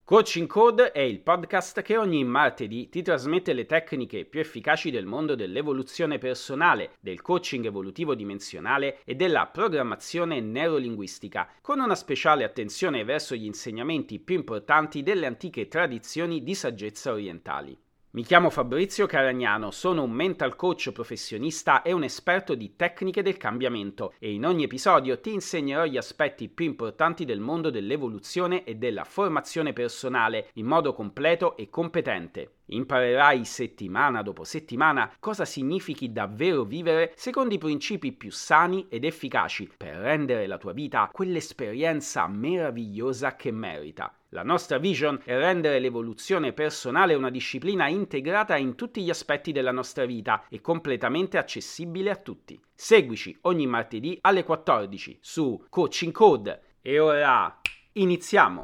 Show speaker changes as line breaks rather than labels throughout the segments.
Coaching Code è il podcast che ogni martedì ti trasmette le tecniche più efficaci del mondo dell'evoluzione personale, del coaching evolutivo dimensionale e della programmazione neurolinguistica, con una speciale attenzione verso gli insegnamenti più importanti delle antiche tradizioni di saggezza orientali. Mi chiamo Fabrizio Caragnano, sono un mental coach professionista e un esperto di tecniche del cambiamento e in ogni episodio ti insegnerò gli aspetti più importanti del mondo dell'evoluzione e della formazione personale in modo completo e competente. Imparerai settimana dopo settimana cosa significhi davvero vivere secondo i principi più sani ed efficaci per rendere la tua vita quell'esperienza meravigliosa che merita. La nostra vision è rendere l'evoluzione personale una disciplina integrata in tutti gli aspetti della nostra vita e completamente accessibile a tutti. Seguici ogni martedì alle 14 su Coaching Code. E ora iniziamo!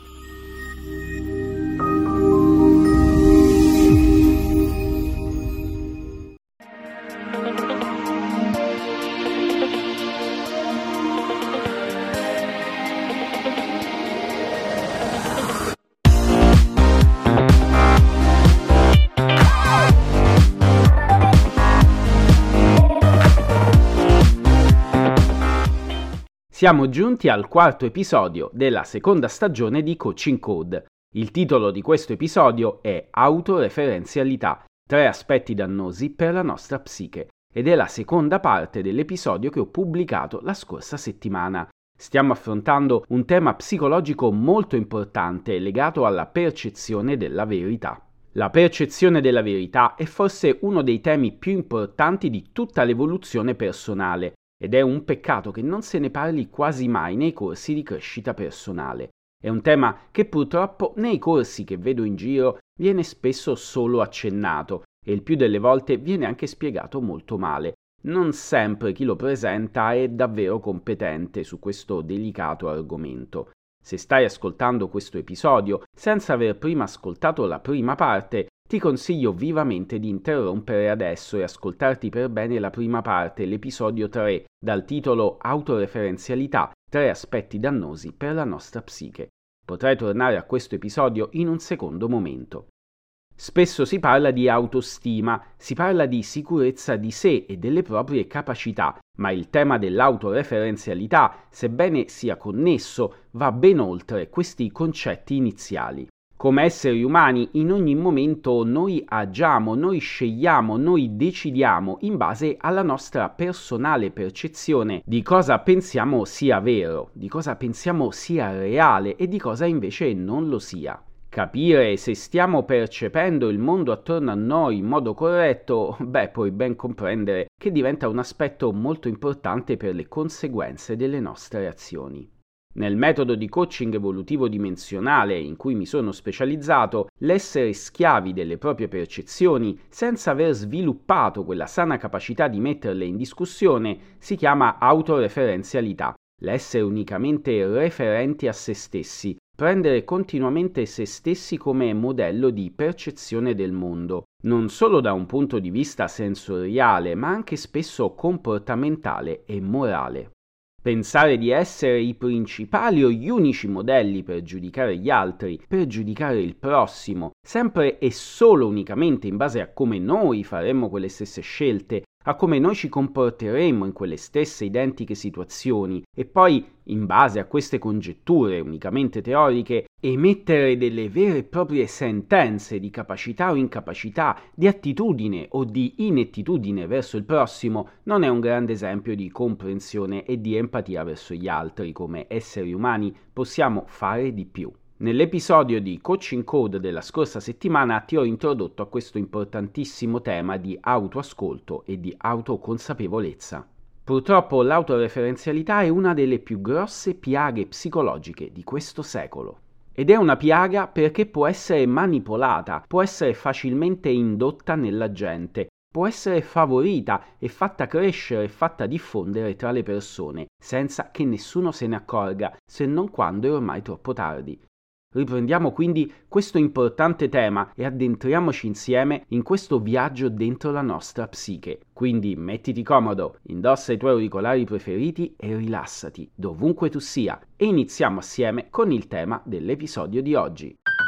Siamo giunti al quarto episodio della seconda stagione di Coaching Code. Il titolo di questo episodio è Autoreferenzialità, 3 aspetti dannosi per la nostra psiche, ed è la seconda parte dell'episodio che ho pubblicato la scorsa settimana. Stiamo affrontando un tema psicologico molto importante legato alla percezione della verità. La percezione della verità è forse uno dei temi più importanti di tutta l'evoluzione personale. Ed è un peccato che non se ne parli quasi mai nei corsi di crescita personale. È un tema che purtroppo nei corsi che vedo in giro viene spesso solo accennato e il più delle volte viene anche spiegato molto male. Non sempre chi lo presenta è davvero competente su questo delicato argomento. Se stai ascoltando questo episodio senza aver prima ascoltato la prima parte, ti consiglio vivamente di interrompere adesso e ascoltarti per bene la prima parte, l'episodio 3, dal titolo Autoreferenzialità, 3 aspetti dannosi per la nostra psiche. Potrai tornare a questo episodio in un secondo momento. Spesso si parla di autostima, si parla di sicurezza di sé e delle proprie capacità, ma il tema dell'autoreferenzialità, sebbene sia connesso, va ben oltre questi concetti iniziali. Come esseri umani in ogni momento noi agiamo, noi scegliamo, noi decidiamo in base alla nostra personale percezione di cosa pensiamo sia vero, di cosa pensiamo sia reale e di cosa invece non lo sia. Capire se stiamo percependo il mondo attorno a noi in modo corretto, puoi ben comprendere che diventa un aspetto molto importante per le conseguenze delle nostre azioni. Nel metodo di coaching evolutivo dimensionale in cui mi sono specializzato, l'essere schiavi delle proprie percezioni senza aver sviluppato quella sana capacità di metterle in discussione si chiama autoreferenzialità, l'essere unicamente referenti a se stessi, prendere continuamente se stessi come modello di percezione del mondo, non solo da un punto di vista sensoriale, ma anche spesso comportamentale e morale. Pensare di essere i principali o gli unici modelli per giudicare gli altri, per giudicare il prossimo, sempre e solo unicamente in base a come noi faremmo quelle stesse scelte, a come noi ci comporteremmo in quelle stesse identiche situazioni e poi, in base a queste congetture unicamente teoriche, emettere delle vere e proprie sentenze di capacità o incapacità, di attitudine o di inettitudine verso il prossimo, non è un grande esempio di comprensione e di empatia verso gli altri. Come esseri umani possiamo fare di più. Nell'episodio di Coaching Code della scorsa settimana ti ho introdotto a questo importantissimo tema di autoascolto e di autoconsapevolezza. Purtroppo l'autoreferenzialità è una delle più grosse piaghe psicologiche di questo secolo. Ed è una piaga perché può essere manipolata, può essere facilmente indotta nella gente, può essere favorita e fatta crescere e fatta diffondere tra le persone, senza che nessuno se ne accorga, se non quando è ormai troppo tardi. Riprendiamo quindi questo importante tema e addentriamoci insieme in questo viaggio dentro la nostra psiche. Quindi mettiti comodo, indossa i tuoi auricolari preferiti e rilassati, dovunque tu sia, e iniziamo assieme con il tema dell'episodio di oggi.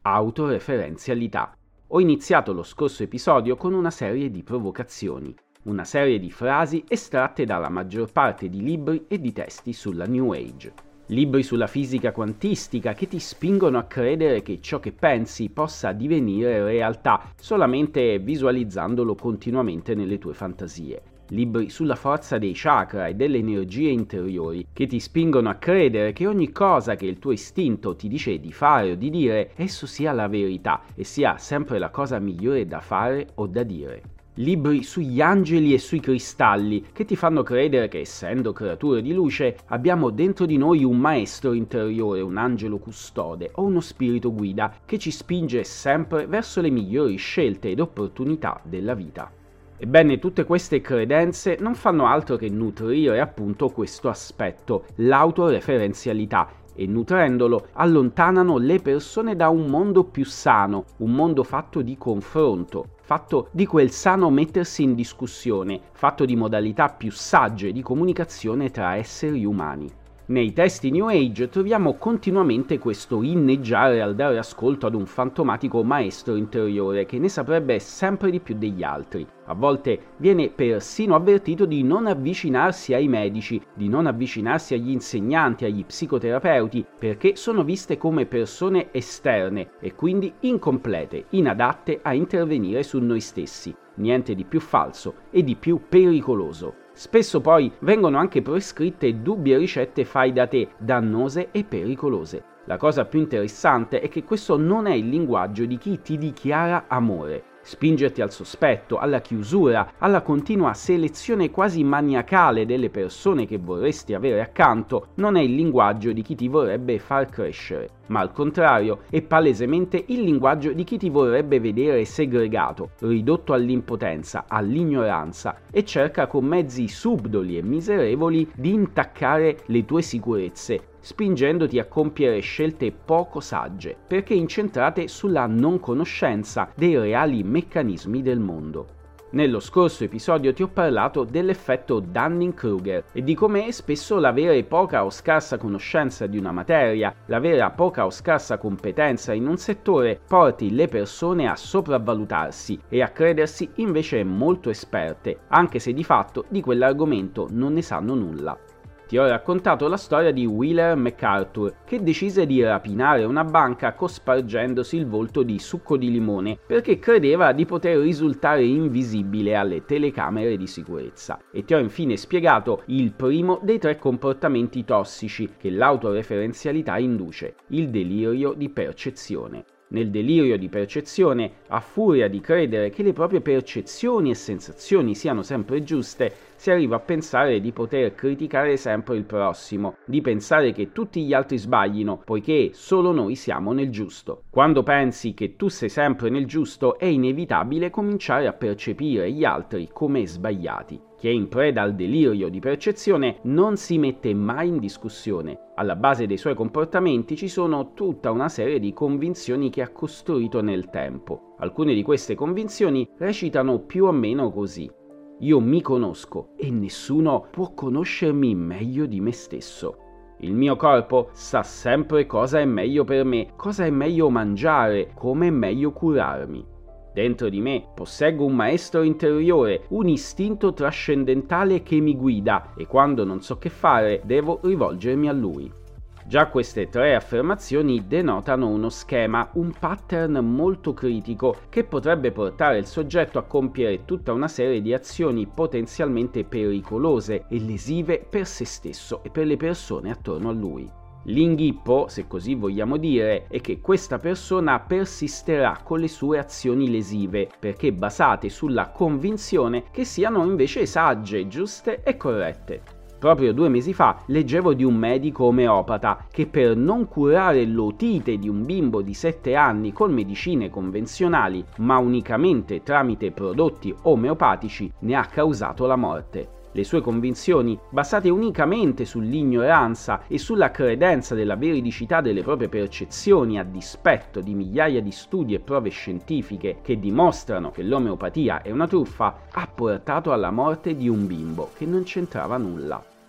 autoreferenzialità. Ho iniziato lo scorso episodio con una serie di provocazioni, una serie di frasi estratte dalla maggior parte di libri e di testi sulla New Age. Libri sulla fisica quantistica che ti spingono a credere che ciò che pensi possa divenire realtà solamente visualizzandolo continuamente nelle tue fantasie. Libri sulla forza dei chakra e delle energie interiori che ti spingono a credere che ogni cosa che il tuo istinto ti dice di fare o di dire, esso sia la verità e sia sempre la cosa migliore da fare o da dire. Libri sugli angeli e sui cristalli che ti fanno credere che, essendo creature di luce, abbiamo dentro di noi un maestro interiore, un angelo custode o uno spirito guida che ci spinge sempre verso le migliori scelte ed opportunità della vita. Ebbene, tutte queste credenze non fanno altro che nutrire appunto questo aspetto, l'autoreferenzialità, e nutrendolo allontanano le persone da un mondo più sano, un mondo fatto di confronto, fatto di quel sano mettersi in discussione, fatto di modalità più sagge di comunicazione tra esseri umani. Nei testi New Age troviamo continuamente questo inneggiare al dare ascolto ad un fantomatico maestro interiore che ne saprebbe sempre di più degli altri. A volte viene persino avvertito di non avvicinarsi ai medici, di non avvicinarsi agli insegnanti, agli psicoterapeuti, perché sono viste come persone esterne e quindi incomplete, inadatte a intervenire su noi stessi. Niente di più falso e di più pericoloso. Spesso poi vengono anche prescritte dubbie ricette fai da te, dannose e pericolose. La cosa più interessante è che questo non è il linguaggio di chi ti dichiara amore. Spingerti al sospetto, alla chiusura, alla continua selezione quasi maniacale delle persone che vorresti avere accanto non è il linguaggio di chi ti vorrebbe far crescere, ma al contrario è palesemente il linguaggio di chi ti vorrebbe vedere segregato, ridotto all'impotenza, all'ignoranza e cerca con mezzi subdoli e miserevoli di intaccare le tue sicurezze, spingendoti a compiere scelte poco sagge, perché incentrate sulla non conoscenza dei reali meccanismi del mondo. Nello scorso episodio ti ho parlato dell'effetto Dunning-Kruger e di come spesso l'avere poca o scarsa conoscenza di una materia, l'avere poca o scarsa competenza in un settore porti le persone a sopravvalutarsi e a credersi invece molto esperte, anche se di fatto di quell'argomento non ne sanno nulla. Ti ho raccontato la storia di Wheeler MacArthur, che decise di rapinare una banca cospargendosi il volto di succo di limone perché credeva di poter risultare invisibile alle telecamere di sicurezza. E ti ho infine spiegato il primo dei 3 comportamenti tossici che l'autoreferenzialità induce, il delirio di percezione. Nel delirio di percezione, a furia di credere che le proprie percezioni e sensazioni siano sempre giuste, si arriva a pensare di poter criticare sempre il prossimo, di pensare che tutti gli altri sbaglino, poiché solo noi siamo nel giusto. Quando pensi che tu sei sempre nel giusto, è inevitabile cominciare a percepire gli altri come sbagliati. Chi è in preda al delirio di percezione non si mette mai in discussione. Alla base dei suoi comportamenti ci sono tutta una serie di convinzioni che ha costruito nel tempo. Alcune di queste convinzioni recitano più o meno così: io mi conosco e nessuno può conoscermi meglio di me stesso. Il mio corpo sa sempre cosa è meglio per me, cosa è meglio mangiare, come è meglio curarmi. Dentro di me posseggo un maestro interiore, un istinto trascendentale che mi guida e quando non so che fare devo rivolgermi a lui. Già queste 3 affermazioni denotano uno schema, un pattern molto critico che potrebbe portare il soggetto a compiere tutta una serie di azioni potenzialmente pericolose e lesive per se stesso e per le persone attorno a lui. L'inghippo, se così vogliamo dire, è che questa persona persisterà con le sue azioni lesive, perché basate sulla convinzione che siano invece sagge, giuste e corrette. Proprio 2 mesi fa leggevo di un medico omeopata che per non curare l'otite di un bimbo di 7 anni con medicine convenzionali, ma unicamente tramite prodotti omeopatici, ne ha causato la morte. Le sue convinzioni, basate unicamente sull'ignoranza e sulla credenza della veridicità delle proprie percezioni a dispetto di migliaia di studi e prove scientifiche che dimostrano che l'omeopatia è una truffa, ha portato alla morte di un bimbo che non c'entrava nulla.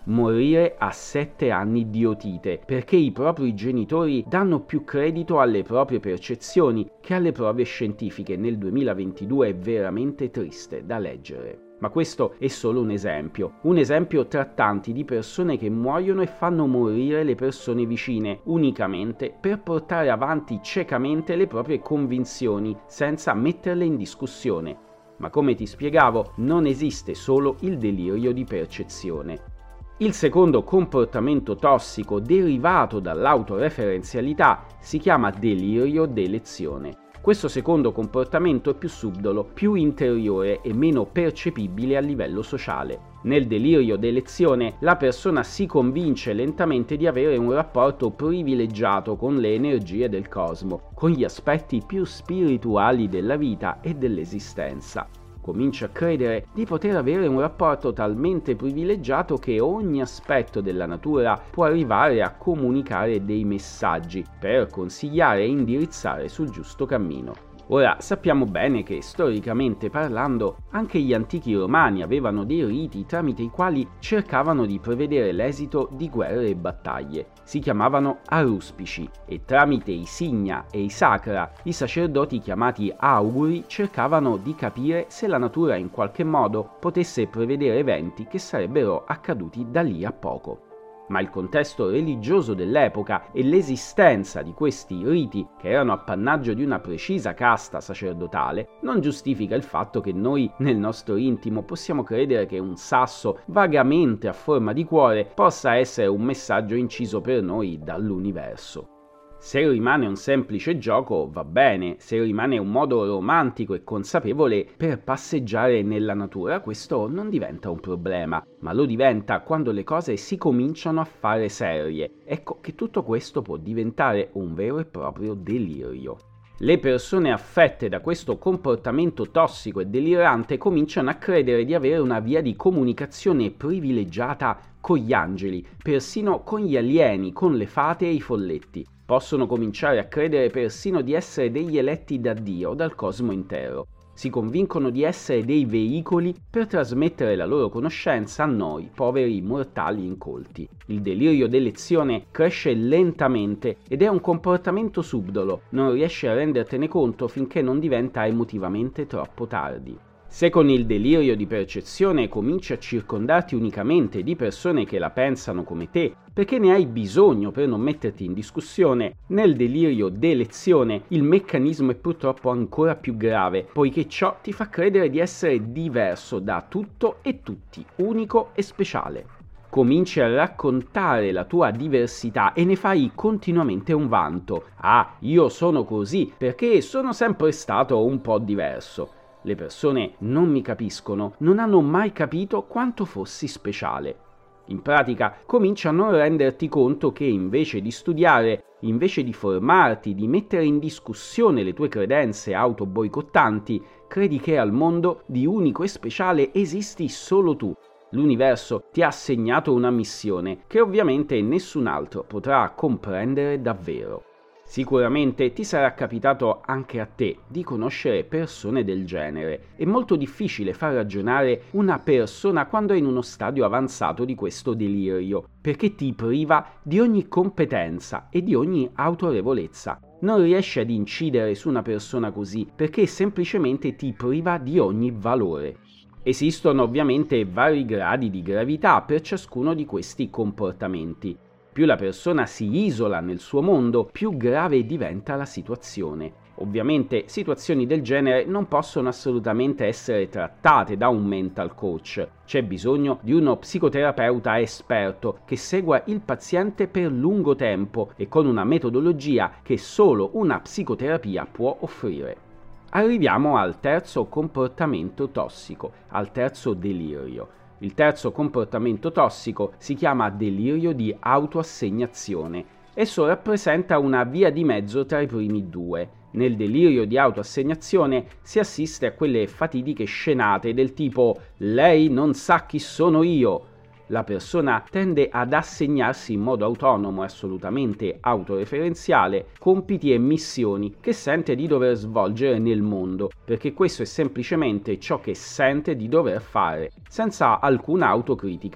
morire a 7 anni di otite, perché i propri genitori danno più credito alle proprie percezioni che alle prove scientifiche. Nel 2022 è veramente triste da leggere. Ma questo è solo un esempio tra tanti di persone che muoiono e fanno morire le persone vicine, unicamente per portare avanti ciecamente le proprie convinzioni, senza metterle in discussione. Ma come ti spiegavo, non esiste solo il delirio di percezione. Il secondo comportamento tossico derivato dall'autoreferenzialità si chiama delirio d'elezione. Questo secondo comportamento è più subdolo, più interiore e meno percepibile a livello sociale. Nel delirio d'elezione la persona si convince lentamente di avere un rapporto privilegiato con le energie del cosmo, con gli aspetti più spirituali della vita e dell'esistenza. Comincia a credere di poter avere un rapporto talmente privilegiato che ogni aspetto della natura può arrivare a comunicare dei messaggi per consigliare e indirizzare sul giusto cammino. Ora, sappiamo bene che, storicamente parlando, anche gli antichi romani avevano dei riti tramite i quali cercavano di prevedere l'esito di guerre e battaglie. Si chiamavano aruspici e tramite i signa e i sacra, i sacerdoti chiamati auguri cercavano di capire se la natura in qualche modo potesse prevedere eventi che sarebbero accaduti da lì a poco. Ma il contesto religioso dell'epoca e l'esistenza di questi riti, che erano appannaggio di una precisa casta sacerdotale, non giustifica il fatto che noi nel nostro intimo possiamo credere che un sasso vagamente a forma di cuore possa essere un messaggio inciso per noi dall'universo. Se rimane un semplice gioco va bene, se rimane un modo romantico e consapevole per passeggiare nella natura, questo non diventa un problema, ma lo diventa quando le cose si cominciano a fare serie. Ecco che tutto questo può diventare un vero e proprio delirio. Le persone affette da questo comportamento tossico e delirante cominciano a credere di avere una via di comunicazione privilegiata con gli angeli, persino con gli alieni, con le fate e i folletti. Possono cominciare a credere persino di essere degli eletti da Dio o dal cosmo intero. Si convincono di essere dei veicoli per trasmettere la loro conoscenza a noi, poveri mortali incolti. Il delirio d'elezione cresce lentamente ed è un comportamento subdolo, non riesci a rendertene conto finché non diventa emotivamente troppo tardi. Se con il delirio di percezione cominci a circondarti unicamente di persone che la pensano come te, perché ne hai bisogno per non metterti in discussione, nel delirio d'elezione il meccanismo è purtroppo ancora più grave, poiché ciò ti fa credere di essere diverso da tutto e tutti, unico e speciale. Cominci a raccontare la tua diversità e ne fai continuamente un vanto. Ah, io sono così perché sono sempre stato un po' diverso. Le persone non mi capiscono, non hanno mai capito quanto fossi speciale. In pratica, cominci a non renderti conto che invece di studiare, invece di formarti, di mettere in discussione le tue credenze autoboicottanti, credi che al mondo di unico e speciale esisti solo tu. L'universo ti ha assegnato una missione che ovviamente nessun altro potrà comprendere davvero. Sicuramente ti sarà capitato anche a te di conoscere persone del genere. È molto difficile far ragionare una persona quando è in uno stadio avanzato di questo delirio, perché ti priva di ogni competenza e di ogni autorevolezza. Non riesci ad incidere su una persona così perché semplicemente ti priva di ogni valore. Esistono ovviamente vari gradi di gravità per ciascuno di questi comportamenti. Più la persona si isola nel suo mondo, più grave diventa la situazione. Ovviamente situazioni del genere non possono assolutamente essere trattate da un mental coach. C'è bisogno di uno psicoterapeuta esperto che segua il paziente per lungo tempo e con una metodologia che solo una psicoterapia può offrire. Arriviamo al terzo comportamento tossico, al terzo delirio. Il terzo comportamento tossico si chiama delirio di autoassegnazione. Esso rappresenta una via di mezzo tra i primi due. Nel delirio di autoassegnazione si assiste a quelle fatidiche scenate del tipo «Lei non sa chi sono io». La persona tende ad assegnarsi in modo autonomo e assolutamente autoreferenziale compiti e missioni che sente di dover svolgere nel mondo, perché questo è semplicemente ciò che sente di dover fare, senza alcuna autocritica.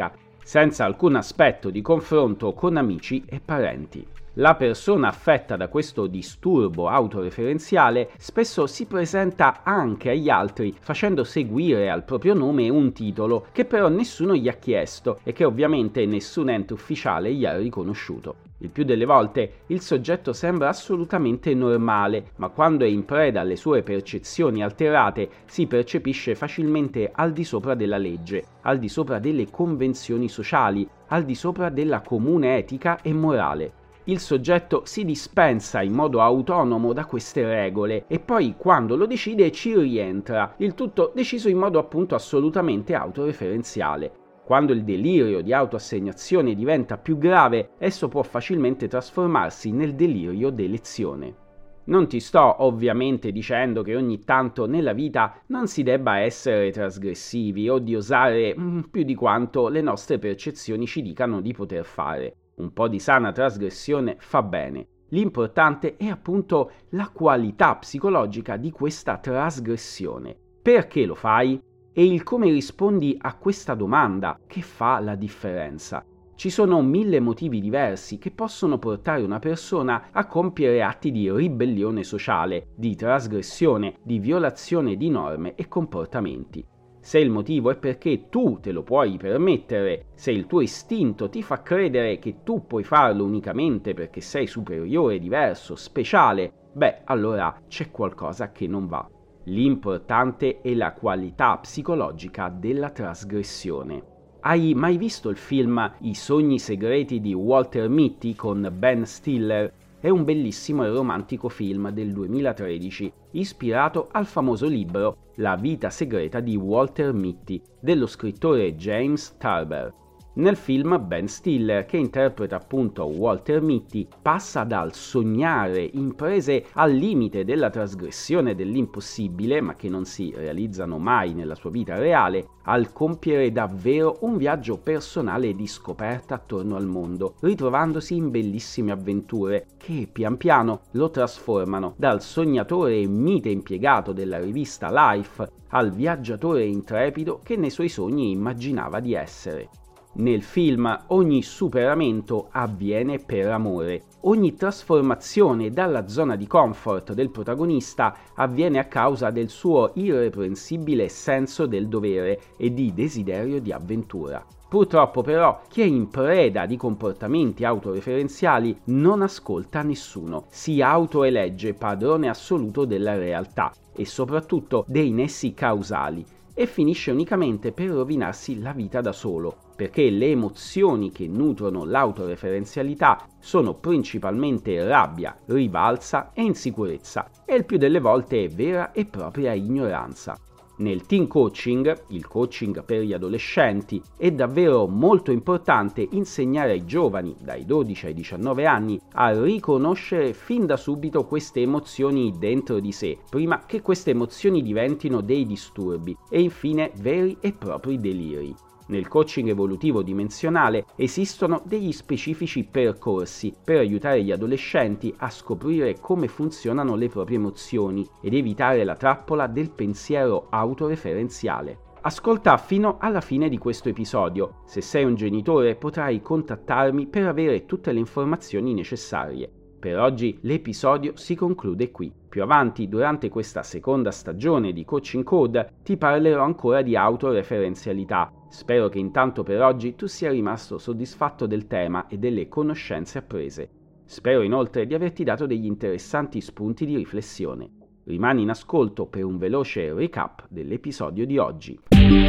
senza alcun aspetto di confronto con amici e parenti. La persona affetta da questo disturbo autoreferenziale spesso si presenta anche agli altri facendo seguire al proprio nome un titolo che però nessuno gli ha chiesto e che ovviamente nessun ente ufficiale gli ha riconosciuto. Il più delle volte il soggetto sembra assolutamente normale, ma quando è in preda alle sue percezioni alterate si percepisce facilmente al di sopra della legge, al di sopra delle convenzioni sociali, al di sopra della comune etica e morale. Il soggetto si dispensa in modo autonomo da queste regole e poi quando lo decide ci rientra, il tutto deciso in modo appunto assolutamente autoreferenziale. Quando il delirio di autoassegnazione diventa più grave, esso può facilmente trasformarsi nel delirio d'elezione. Non ti sto ovviamente dicendo che ogni tanto nella vita non si debba essere trasgressivi o di osare più di quanto le nostre percezioni ci dicano di poter fare. Un po' di sana trasgressione fa bene. L'importante è appunto la qualità psicologica di questa trasgressione. Perché lo fai? E il come rispondi a questa domanda che fa la differenza. Ci sono 1000 motivi diversi che possono portare una persona a compiere atti di ribellione sociale, di trasgressione, di violazione di norme e comportamenti. Se il motivo è perché tu te lo puoi permettere, se il tuo istinto ti fa credere che tu puoi farlo unicamente perché sei superiore, diverso, speciale, allora c'è qualcosa che non va. L'importante è la qualità psicologica della trasgressione. Hai mai visto il film I sogni segreti di Walter Mitty con Ben Stiller? È un bellissimo e romantico film del 2013, ispirato al famoso libro La vita segreta di Walter Mitty, dello scrittore James Tarver. Nel film Ben Stiller, che interpreta appunto Walter Mitty, passa dal sognare imprese al limite della trasgressione dell'impossibile, ma che non si realizzano mai nella sua vita reale, al compiere davvero un viaggio personale di scoperta attorno al mondo, ritrovandosi in bellissime avventure che pian piano lo trasformano dal sognatore e mite impiegato della rivista Life al viaggiatore intrepido che nei suoi sogni immaginava di essere. Nel film ogni superamento avviene per amore, ogni trasformazione dalla zona di comfort del protagonista avviene a causa del suo irreprensibile senso del dovere e di desiderio di avventura. Purtroppo però chi è in preda di comportamenti autoreferenziali non ascolta nessuno, si autoelegge padrone assoluto della realtà e soprattutto dei nessi causali e finisce unicamente per rovinarsi la vita da solo, perché le emozioni che nutrono l'autoreferenzialità sono principalmente rabbia, rivalsa e insicurezza, e il più delle volte è vera e propria ignoranza. Nel teen coaching, il coaching per gli adolescenti, è davvero molto importante insegnare ai giovani, dai 12 ai 19 anni, a riconoscere fin da subito queste emozioni dentro di sé, prima che queste emozioni diventino dei disturbi e infine veri e propri deliri. Nel coaching evolutivo dimensionale esistono degli specifici percorsi per aiutare gli adolescenti a scoprire come funzionano le proprie emozioni ed evitare la trappola del pensiero autoreferenziale. Ascolta fino alla fine di questo episodio. Se sei un genitore potrai contattarmi per avere tutte le informazioni necessarie. Per oggi l'episodio si conclude qui. Più avanti, durante questa seconda stagione di Coaching Code, ti parlerò ancora di autoreferenzialità. Spero che intanto per oggi tu sia rimasto soddisfatto del tema e delle conoscenze apprese. Spero inoltre di averti dato degli interessanti spunti di riflessione. Rimani in ascolto per un veloce recap dell'episodio di oggi.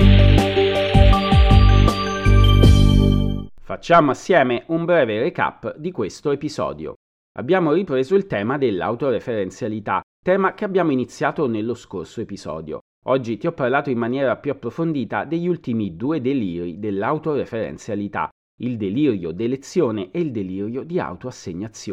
Facciamo assieme un breve recap di questo episodio. Abbiamo ripreso il tema dell'autoreferenzialità, tema che abbiamo iniziato nello scorso episodio. Oggi ti ho parlato in maniera più approfondita degli ultimi 2 deliri dell'autoreferenzialità, il delirio d'elezione e il delirio di autoassegnazione.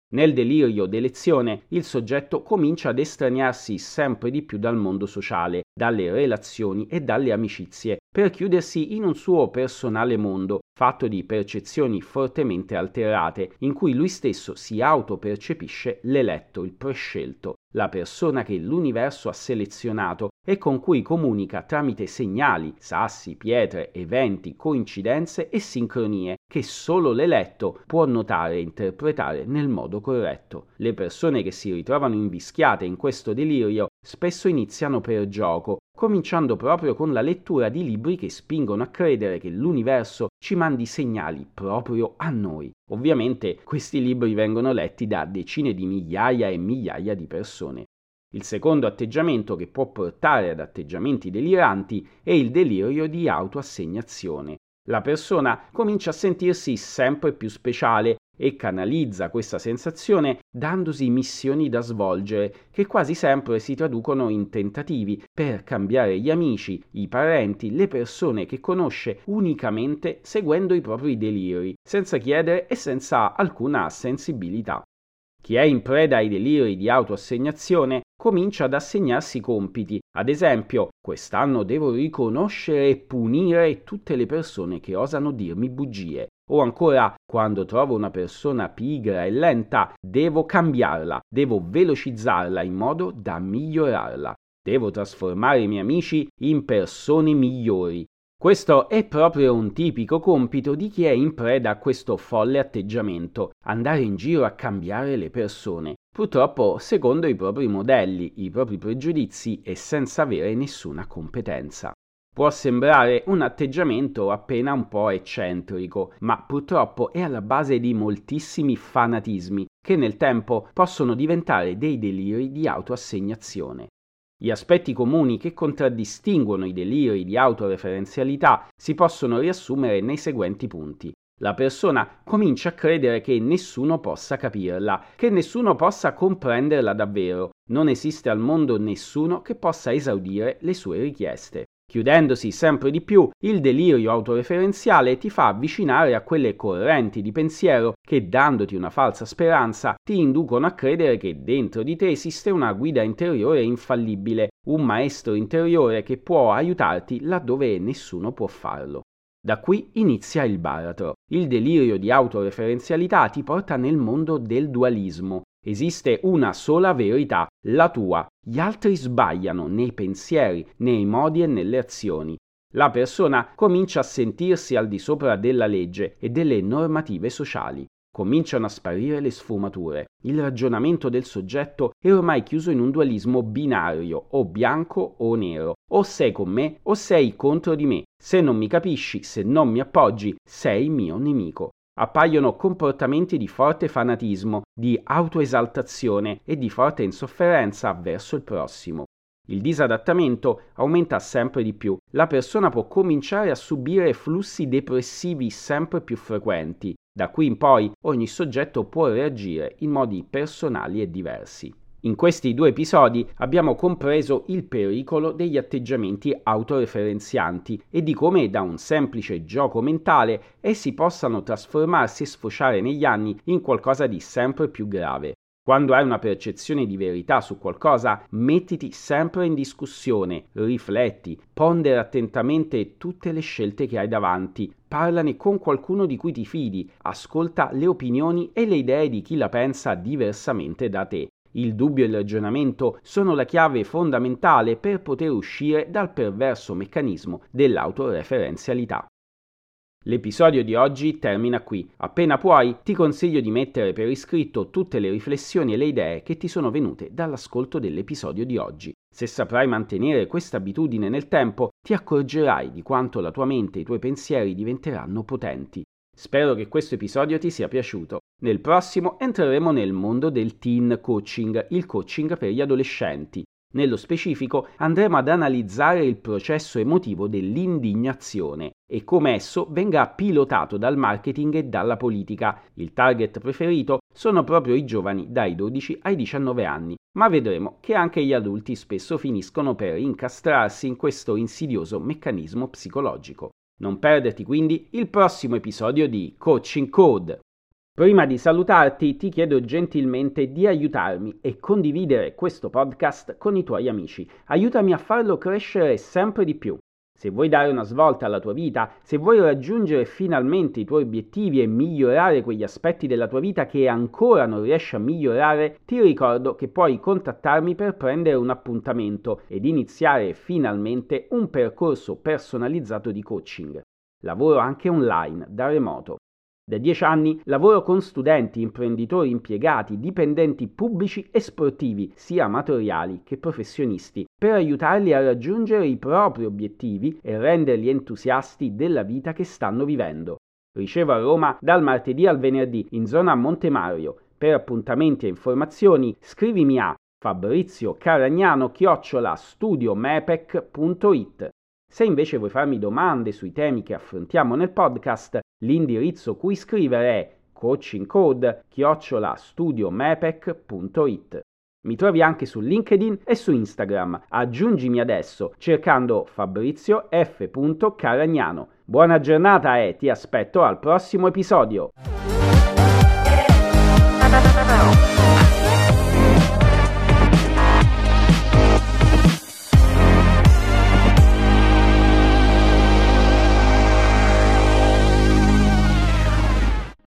Nel delirio d'elezione il soggetto comincia ad estraniarsi sempre di più dal mondo sociale, dalle relazioni e dalle amicizie, per chiudersi in un suo personale mondo, fatto di percezioni fortemente alterate, in cui lui stesso si autopercepisce l'eletto, il prescelto, la persona che l'universo ha selezionato e con cui comunica tramite segnali, sassi, pietre, eventi, coincidenze e sincronie che solo l'eletto può notare e interpretare nel modo corretto. Le persone che si ritrovano invischiate in questo delirio spesso iniziano per gioco, cominciando proprio con la lettura di libri che spingono a credere che l'universo ci mandi segnali proprio a noi. Ovviamente questi libri vengono letti da decine di migliaia e migliaia di persone. Il secondo atteggiamento che può portare ad atteggiamenti deliranti è il delirio di autoassegnazione. La persona comincia a sentirsi sempre più speciale e canalizza questa sensazione dandosi missioni da svolgere che quasi sempre si traducono in tentativi per cambiare gli amici, i parenti, le persone che conosce unicamente seguendo i propri deliri, senza chiedere e senza alcuna sensibilità. Chi è in preda ai deliri di autoassegnazione comincia ad assegnarsi compiti, ad esempio, quest'anno devo riconoscere e punire tutte le persone che osano dirmi bugie, o ancora, quando trovo una persona pigra e lenta, devo cambiarla, devo velocizzarla in modo da migliorarla, devo trasformare i miei amici in persone migliori. Questo è proprio un tipico compito di chi è in preda a questo folle atteggiamento, andare in giro a cambiare le persone, purtroppo secondo i propri modelli, i propri pregiudizi e senza avere nessuna competenza. Può sembrare un atteggiamento appena un po' eccentrico, ma purtroppo è alla base di moltissimi fanatismi che nel tempo possono diventare dei deliri di autoassegnazione. Gli aspetti comuni che contraddistinguono i deliri di autoreferenzialità si possono riassumere nei seguenti punti. La persona comincia a credere che nessuno possa capirla, che nessuno possa comprenderla davvero. Non esiste al mondo nessuno che possa esaudire le sue richieste. Chiudendosi sempre di più, il delirio autoreferenziale ti fa avvicinare a quelle correnti di pensiero che, dandoti una falsa speranza, ti inducono a credere che dentro di te esiste una guida interiore infallibile, un maestro interiore che può aiutarti laddove nessuno può farlo. Da qui inizia il baratro. Il delirio di autoreferenzialità ti porta nel mondo del dualismo. Esiste una sola verità, la tua. Gli altri sbagliano nei pensieri, nei modi e nelle azioni. La persona comincia a sentirsi al di sopra della legge e delle normative sociali. Cominciano a sparire le sfumature. Il ragionamento del soggetto è ormai chiuso in un dualismo binario, o bianco o nero. O sei con me o sei contro di me. Se non mi capisci, se non mi appoggi, sei mio nemico. Appaiono comportamenti di forte fanatismo, di autoesaltazione e di forte insofferenza verso il prossimo. Il disadattamento aumenta sempre di più. La persona può cominciare a subire flussi depressivi sempre più frequenti. Da qui in poi ogni soggetto può reagire in modi personali e diversi. In questi due episodi abbiamo compreso il pericolo degli atteggiamenti autoreferenzianti e di come da un semplice gioco mentale essi possano trasformarsi e sfociare negli anni in qualcosa di sempre più grave. Quando hai una percezione di verità su qualcosa, mettiti sempre in discussione, rifletti, pondera attentamente tutte le scelte che hai davanti, parlane con qualcuno di cui ti fidi, ascolta le opinioni e le idee di chi la pensa diversamente da te. Il dubbio e il ragionamento sono la chiave fondamentale per poter uscire dal perverso meccanismo dell'autoreferenzialità. L'episodio di oggi termina qui. Appena puoi, ti consiglio di mettere per iscritto tutte le riflessioni e le idee che ti sono venute dall'ascolto dell'episodio di oggi. Se saprai mantenere questa abitudine nel tempo, ti accorgerai di quanto la tua mente e i tuoi pensieri diventeranno potenti. Spero che questo episodio ti sia piaciuto. Nel prossimo entreremo nel mondo del teen coaching, il coaching per gli adolescenti. Nello specifico andremo ad analizzare il processo emotivo dell'indignazione e come esso venga pilotato dal marketing e dalla politica. Il target preferito sono proprio i giovani dai 12 ai 19 anni, ma vedremo che anche gli adulti spesso finiscono per incastrarsi in questo insidioso meccanismo psicologico. Non perderti quindi il prossimo episodio di Coaching Code. Prima di salutarti ti chiedo gentilmente di aiutarmi e condividere questo podcast con i tuoi amici. Aiutami a farlo crescere sempre di più. Se vuoi dare una svolta alla tua vita, se vuoi raggiungere finalmente i tuoi obiettivi e migliorare quegli aspetti della tua vita che ancora non riesci a migliorare, ti ricordo che puoi contattarmi per prendere un appuntamento ed iniziare finalmente un percorso personalizzato di coaching. Lavoro anche online, da remoto. Da 10 anni lavoro con studenti, imprenditori, impiegati, dipendenti pubblici e sportivi, sia amatoriali che professionisti, per aiutarli a raggiungere i propri obiettivi e renderli entusiasti della vita che stanno vivendo. Ricevo a Roma dal martedì al venerdì in zona Montemario. Per appuntamenti e informazioni scrivimi a fabrizio-caragnano@studiomepec.it. Se invece vuoi farmi domande sui temi che affrontiamo nel podcast, l'indirizzo cui scrivere è coachingcode@studiomepec.it. Mi trovi anche su LinkedIn e su Instagram. Aggiungimi adesso cercando Fabrizio F. Caragnano. Buona giornata e ti aspetto al prossimo episodio.